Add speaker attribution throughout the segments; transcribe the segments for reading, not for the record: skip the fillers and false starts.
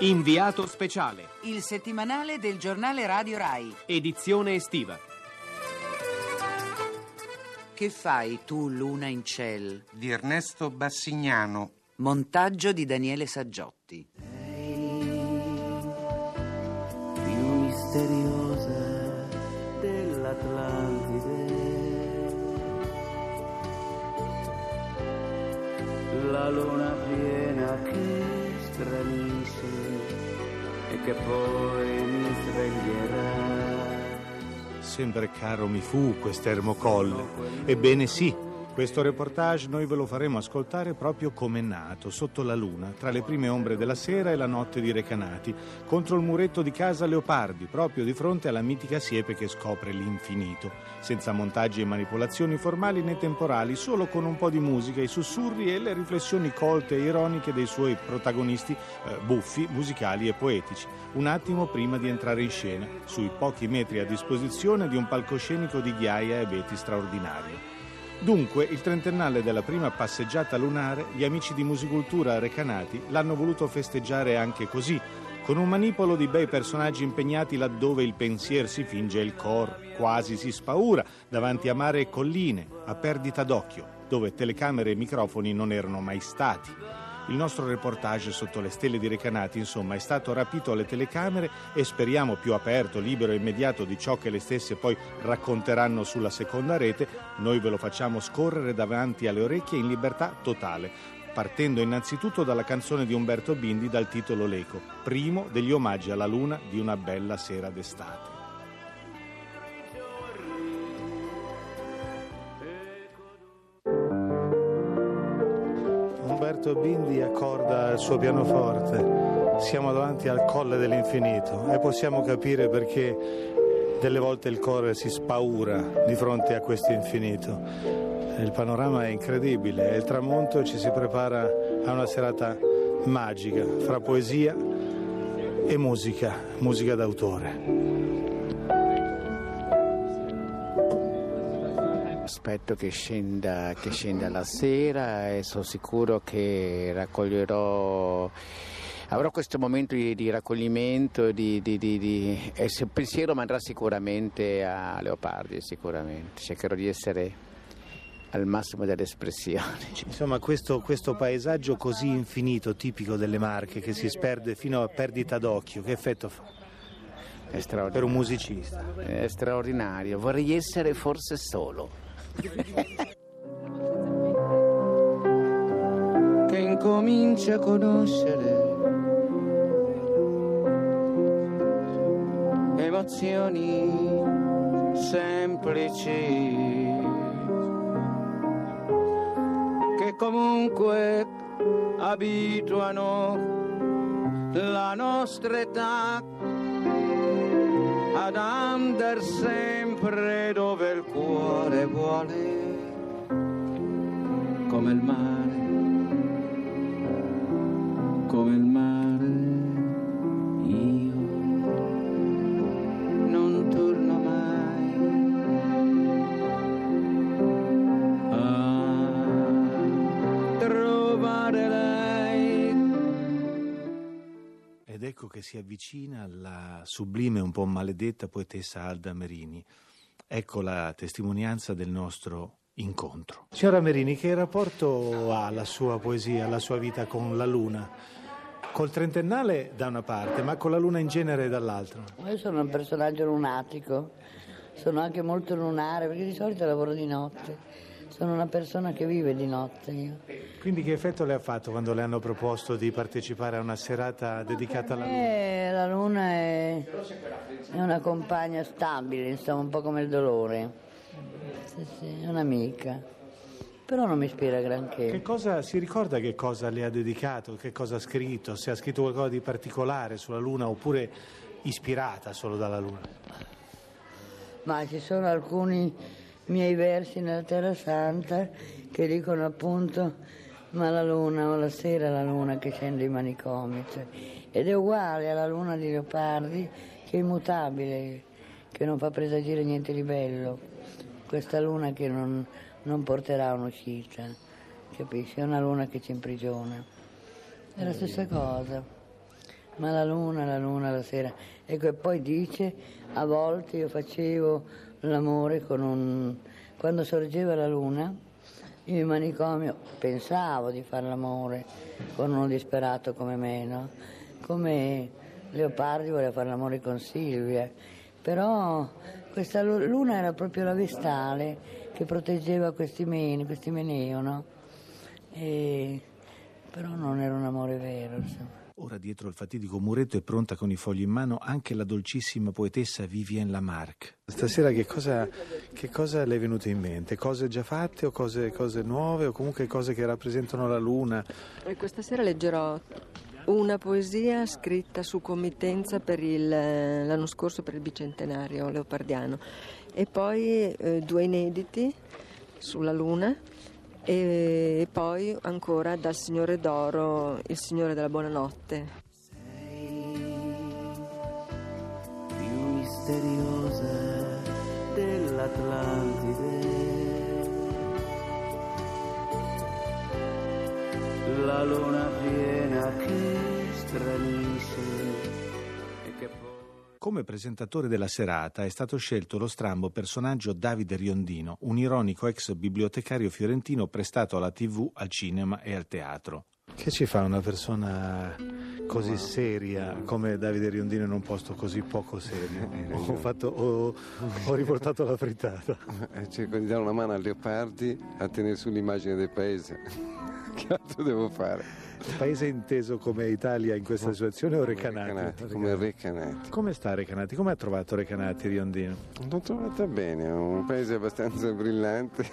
Speaker 1: Inviato speciale.
Speaker 2: Il settimanale del giornale Radio Rai.
Speaker 1: Edizione estiva.
Speaker 2: Che fai tu, luna in ciel?
Speaker 3: Di Ernesto Bassignano.
Speaker 2: Montaggio di Daniele Saggiotti.
Speaker 4: Più misteriosa dell'Atlantide, la luna piena che stranisce e che poi mi sveglierà.
Speaker 5: Sempre caro mi fu quest'ermo colle. Ebbene sì, questo reportage noi ve lo faremo ascoltare proprio come è nato, sotto la luna, tra le prime ombre della sera e la notte di Recanati, contro il muretto di casa Leopardi, proprio di fronte alla mitica siepe che scopre l'infinito, senza montaggi e manipolazioni formali né temporali, solo con un po' di musica, i sussurri e le riflessioni colte e ironiche dei suoi protagonisti buffi, musicali e poetici, un attimo prima di entrare in scena, sui pochi metri a disposizione di un palcoscenico di ghiaia e veti straordinario. Dunque, il trentennale della prima passeggiata lunare, gli amici di Musicultura Recanati l'hanno voluto festeggiare anche così, con un manipolo di bei personaggi impegnati laddove il pensier si finge e il cor quasi si spaura, davanti a mare e colline, a perdita d'occhio, dove telecamere e microfoni non erano mai stati. Il nostro reportage sotto le stelle di Recanati, insomma, è stato rapito alle telecamere e speriamo più aperto, libero e immediato di ciò che le stesse poi racconteranno sulla seconda rete. Noi ve lo facciamo scorrere davanti alle orecchie in libertà totale, partendo innanzitutto dalla canzone di Umberto Bindi dal titolo L'Eco, primo degli omaggi alla luna di una bella sera d'estate. Umberto Bindi accorda il suo pianoforte. Siamo davanti al colle dell'infinito e possiamo capire perché delle volte il cuore si spaura di fronte a questo infinito. Il panorama è incredibile e il tramonto ci si prepara a una serata magica fra poesia e musica d'autore.
Speaker 6: Aspetto che scenda la sera e sono sicuro che avrò questo momento di raccoglimento, e il pensiero mi andrà sicuramente a Leopardi, sicuramente. Cercherò di essere al massimo dell'espressione.
Speaker 5: Insomma, questo paesaggio così infinito, tipico delle Marche, che si sperde fino a perdita d'occhio, che effetto fa? Per un musicista.
Speaker 6: È straordinario, vorrei essere forse solo.
Speaker 4: Che incomincia a conoscere emozioni semplici che comunque abituano la nostra età ad andare sempre dove il cuore vuole, come il mare, io non torno mai a trovare lei.
Speaker 5: Ed ecco che si avvicina la sublime, un po' maledetta poetessa Alda Merini. Ecco la testimonianza del nostro incontro. Signora Merini, che rapporto ha la sua poesia, la sua vita con la luna? Col trentennale da una parte, ma con la luna in genere dall'altra?
Speaker 7: Io sono un personaggio lunatico, sono anche molto lunare perché di solito lavoro di notte. Sono una persona che vive di notte io.
Speaker 5: Quindi che effetto le ha fatto quando le hanno proposto di partecipare a una serata dedicata alla luna?
Speaker 7: La luna è una compagna stabile, insomma, un po' come il dolore. Sì, è un'amica. Però non mi ispira granché.
Speaker 5: Che cosa si ricorda, che cosa le ha dedicato, che cosa ha scritto, se ha scritto qualcosa di particolare sulla luna oppure ispirata solo dalla luna?
Speaker 7: Ma ci sono alcuni miei versi nella Terra Santa che dicono appunto: ma la luna, o la sera la luna che scende in manicomi, cioè, ed è uguale alla luna di Leopardi, che è immutabile, che non fa presagire niente di bello, questa luna che non porterà a un'uscita, capisci? È una luna che ci imprigiona, è la stessa cosa. ma la luna la sera. Ecco, e poi dice, a volte io facevo l'amore quando sorgeva la luna, io in manicomio pensavo di fare l'amore con uno disperato come me, no? Come Leopardi voleva fare l'amore con Silvia, però questa luna era proprio la vestale che proteggeva questi meneo, no? Però non era un amore vero, insomma.
Speaker 5: Ora dietro il fatidico muretto è pronta con i fogli in mano anche la dolcissima poetessa Vivienne Lamarck. Stasera che cosa le è venuto in mente? Cose già fatte o cose nuove o comunque cose che rappresentano la luna?
Speaker 8: Questa sera leggerò una poesia scritta su committenza per l'anno scorso per il bicentenario leopardiano e poi 2 inediti sulla luna. E poi ancora dal Signore d'Oro, il Signore della Buonanotte.
Speaker 4: Sei più misteriosa dell'Atlantide, la luna piena che stranisce e che poi...
Speaker 5: Come presentatore della serata è stato scelto lo strambo personaggio Davide Riondino, un ironico ex bibliotecario fiorentino prestato alla TV, al cinema e al teatro. Che ci fa una persona così seria come Davide Riondino in un posto così poco serio? Ho riportato la frittata.
Speaker 9: Cerco di dare una mano a Leopardi a tenere sull'immagine del paese. Che altro devo fare?
Speaker 5: Il paese inteso come Italia in questa situazione o Recanati?
Speaker 9: Come Recanati.
Speaker 5: Come sta Recanati? Come ha trovato Recanati Riondino?
Speaker 9: L'ho trovata bene, è un paese abbastanza brillante,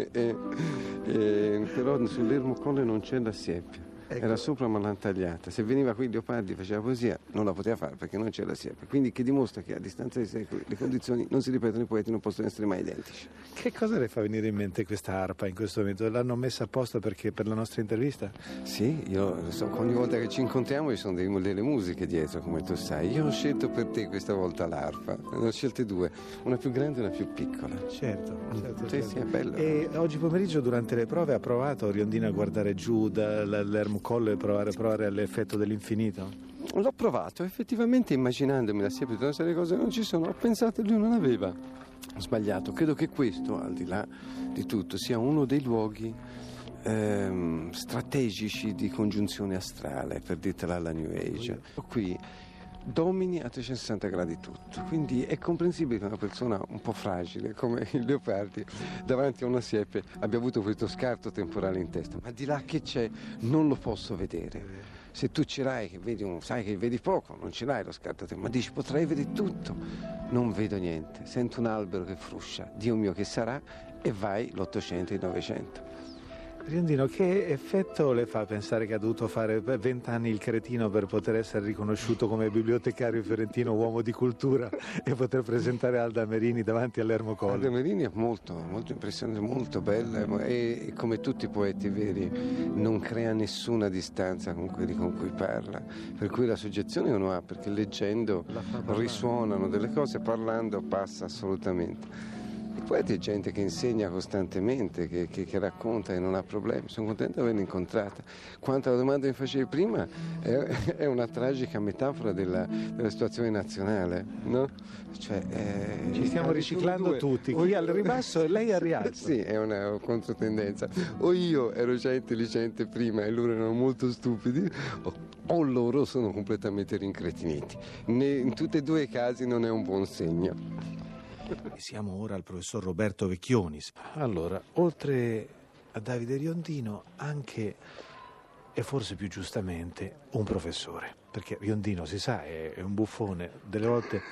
Speaker 9: però sull'Ermo Colle non c'è la siepe.
Speaker 5: Ecco.
Speaker 9: Era sopra ma l'hanno tagliata. Se veniva qui Leopardi faceva poesia, non la poteva fare perché non c'è la siepe. Quindi che dimostra che a distanza di secoli le condizioni non si ripetono, i poeti non possono essere mai identici.
Speaker 5: Che cosa le fa venire in mente questa arpa in questo momento? L'hanno messa apposta perché per la nostra intervista?
Speaker 9: Sì, io ogni volta che ci incontriamo ci sono delle musiche dietro, come tu sai. Io ho scelto per te questa volta l'arpa, ne ho scelte 2, una più grande e una più piccola.
Speaker 5: Certo.
Speaker 9: Sì, è bello.
Speaker 5: E oggi pomeriggio durante le prove ha provato Riondino a guardare giù dall'Ermo Colle e provare all'effetto dell'infinito?
Speaker 9: L'ho provato, effettivamente immaginandomi la siepe di una serie di cose che non ci sono, ho pensato che lui non aveva sbagliato. Credo che questo, al di là di tutto, sia uno dei luoghi strategici di congiunzione astrale, per dirtela alla New Age. Qui domini a 360 gradi tutto, quindi è comprensibile che una persona un po' fragile come il Leopardi davanti a una siepe abbia avuto questo scarto temporale in testa, ma di là che c'è non lo posso vedere. Se tu ce l'hai, che vedi sai che vedi poco, non ce l'hai lo scarto temporale, ma dici potrei vedere tutto, non vedo niente, sento un albero che fruscia, Dio mio che sarà, e vai l'800 e il 900.
Speaker 5: Riondino, che effetto le fa pensare che ha dovuto fare 20 anni il cretino per poter essere riconosciuto come bibliotecario fiorentino, uomo di cultura e poter presentare Alda Merini davanti all'Ermo Colle?
Speaker 9: Alda Merini è molto impressionante, molto bella e come tutti i poeti veri non crea nessuna distanza con quelli con cui parla, per cui la soggezione uno ha, perché leggendo risuonano delle cose, parlando passa assolutamente. I poeti è gente che insegna costantemente, che racconta e non ha problemi. Sono contento di averla incontrata. Quanto alla domanda che mi facevi prima, è una tragica metafora della situazione nazionale, no? Cioè,
Speaker 5: ci stiamo riciclando tutti, chi al ribasso e lei al rialzo.
Speaker 9: Sì, è una controtendenza. O io ero già intelligente prima e loro erano molto stupidi, o loro sono completamente rincretiniti. In tutti e 2 i casi non è un buon segno.
Speaker 5: Siamo ora al professor Roberto Vecchionis. Allora, oltre a Davide Riondino, anche, e forse più giustamente, un professore. Perché Riondino, si sa, è un buffone, delle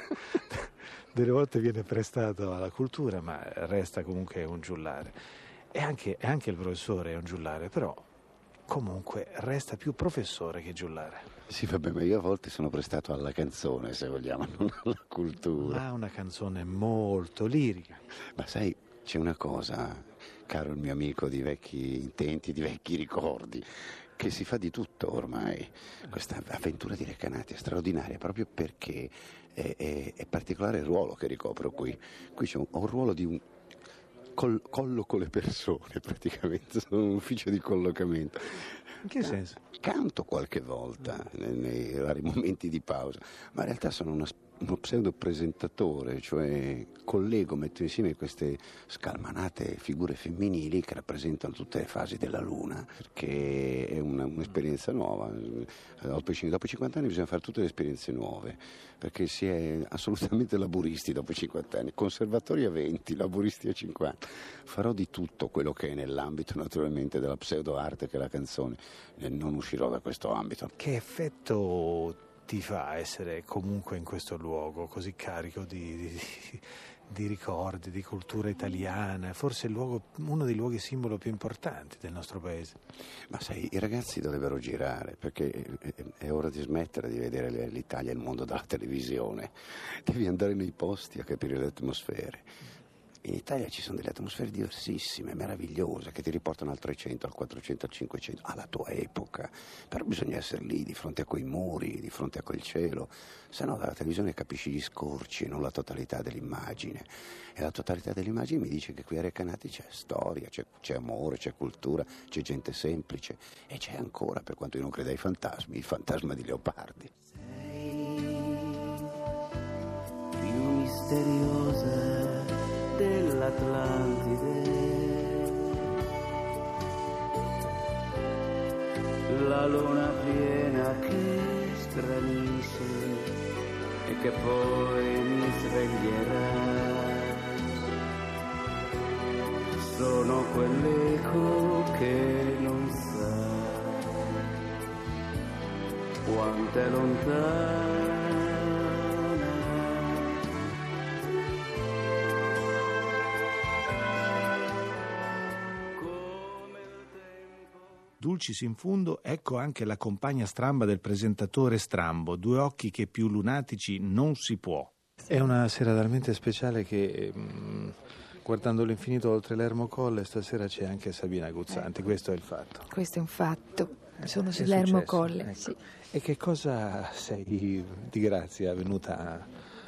Speaker 5: volte viene prestato alla cultura, ma resta comunque un giullare. E anche il professore è un giullare, però comunque resta più professore che giullare.
Speaker 10: Sì, vabbè, ma io a volte sono prestato alla canzone, se vogliamo, non alla cultura.
Speaker 5: Ma una canzone molto lirica.
Speaker 10: Ma sai, c'è una cosa, caro il mio amico di vecchi intenti, di vecchi ricordi, che si fa di tutto ormai. Questa avventura di Recanati è straordinaria proprio perché è particolare il ruolo che ricopro qui. Qui c'è un ruolo di colloco le persone praticamente, sono un ufficio di collocamento.
Speaker 5: In che senso?
Speaker 10: Canto qualche volta nei vari momenti di pausa, ma in realtà sono uno pseudo presentatore, cioè metto insieme queste scalmanate figure femminili che rappresentano tutte le fasi della luna, perché è un'esperienza nuova. Dopo 50 anni bisogna fare tutte le esperienze nuove, perché si è assolutamente laburisti dopo 50 anni, conservatori a 20, laburisti a 50. Farò di tutto quello che è nell'ambito naturalmente della pseudo arte che è la canzone, non uscirò da questo ambito.
Speaker 5: Che effetto ti fa essere comunque in questo luogo così carico di ricordi, di cultura italiana, forse uno dei luoghi simbolo più importanti del nostro paese?
Speaker 10: Ma sai, i ragazzi dovrebbero girare, perché è ora di smettere di vedere l'Italia e il mondo dalla televisione, devi andare nei posti a capire le atmosfere. In Italia ci sono delle atmosfere diversissime, meravigliose, che ti riportano al 300, al 400, al 500, alla tua epoca. Però bisogna essere lì, di fronte a quei muri, di fronte a quel cielo. Se no dalla televisione capisci gli scorci, non la totalità dell'immagine. E la totalità dell'immagine mi dice che qui a Recanati c'è storia, c'è amore, c'è cultura, c'è gente semplice. E c'è ancora, per quanto io non creda ai fantasmi, il fantasma di Leopardi.
Speaker 4: Sei più misteriosa dell'Atlantide, la luna piena che stranisce e che poi mi sveglierà. Sono quell'eco che non sa quanto è lontana.
Speaker 5: Dulcis in fundo, ecco anche la compagna stramba del presentatore Strambo, due occhi che più lunatici non si può. È una sera talmente speciale che guardando l'infinito oltre l'Ermo Colle stasera c'è anche Sabina Guzzanti, questo è il fatto.
Speaker 11: Questo è un fatto, sono sull'Ermo Colle.
Speaker 5: Ecco.
Speaker 11: Sì.
Speaker 5: E che cosa sei di grazia venuta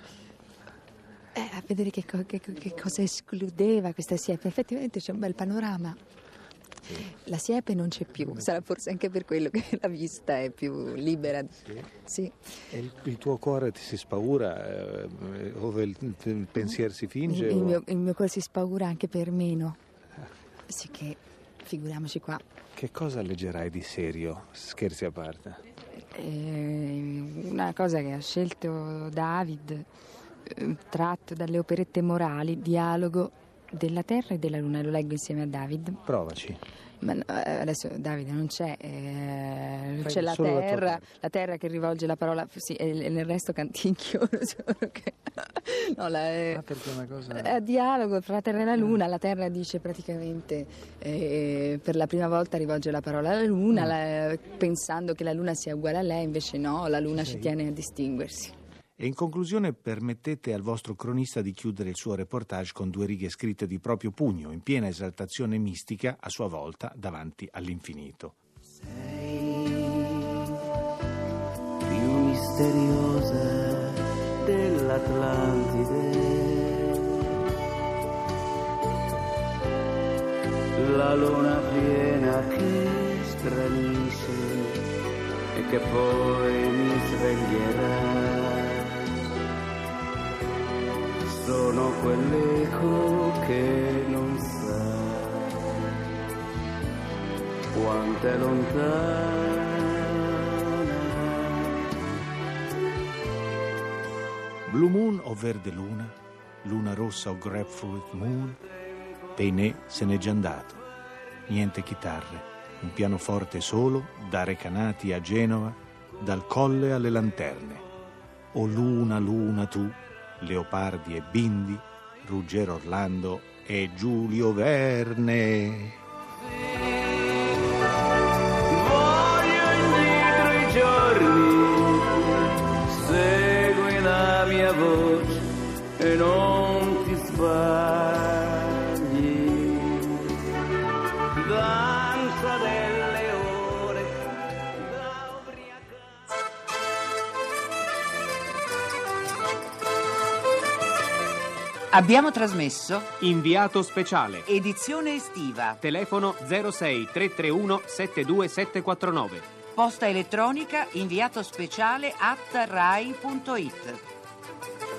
Speaker 11: A vedere che cosa escludeva questa siepe. Effettivamente c'è un bel panorama. La siepe non c'è più, sarà forse anche per quello che la vista è più libera. Sì.
Speaker 5: E il tuo cuore ti si spaura ove il pensiero si finge?
Speaker 11: Il mio cuore si spaura anche per meno. Sì, che figuriamoci qua.
Speaker 5: Che cosa leggerai di serio, scherzi a parte?
Speaker 11: Una cosa che ha scelto David, tratto dalle operette morali, dialogo della terra e della luna. Lo leggo insieme a David.
Speaker 5: Provaci.
Speaker 11: Ma no, adesso Davide non c'è, c'è la terra che rivolge la parola, sì, e nel resto canticchio. No,
Speaker 5: perché è una cosa...
Speaker 11: È dialogo fra la terra e la luna. La terra dice praticamente per la prima volta rivolge la parola alla luna, pensando che la luna sia uguale a lei, invece no, la luna ci tiene a distinguersi.
Speaker 5: E in conclusione permettete al vostro cronista di chiudere il suo reportage con due righe scritte di proprio pugno, in piena esaltazione mistica, a sua volta davanti all'infinito.
Speaker 4: Sei più misteriosa dell'Atlantide, la luna piena che stranisce e che poi mi sveglierà. Sono quell'eco che non sa quanto è lontana.
Speaker 5: Blue Moon o Verde Luna, Luna Rossa o Grapefruit Moon, Peinè se n'è già andato. Niente chitarre, un pianoforte solo da Recanati a Genova, dal Colle alle lanterne. O luna, luna tu, Leopardi e Bindi, Ruggero Orlando e Giulio Verne.
Speaker 4: Voglio indietro i giorni, segui la mia voce e non ti sbagli. Danza delle ore da ubriacare.
Speaker 2: Abbiamo trasmesso
Speaker 1: Inviato speciale.
Speaker 2: edizione estiva.
Speaker 1: Telefono 06 331 72749.
Speaker 2: Posta elettronica inviato speciale @rai.it.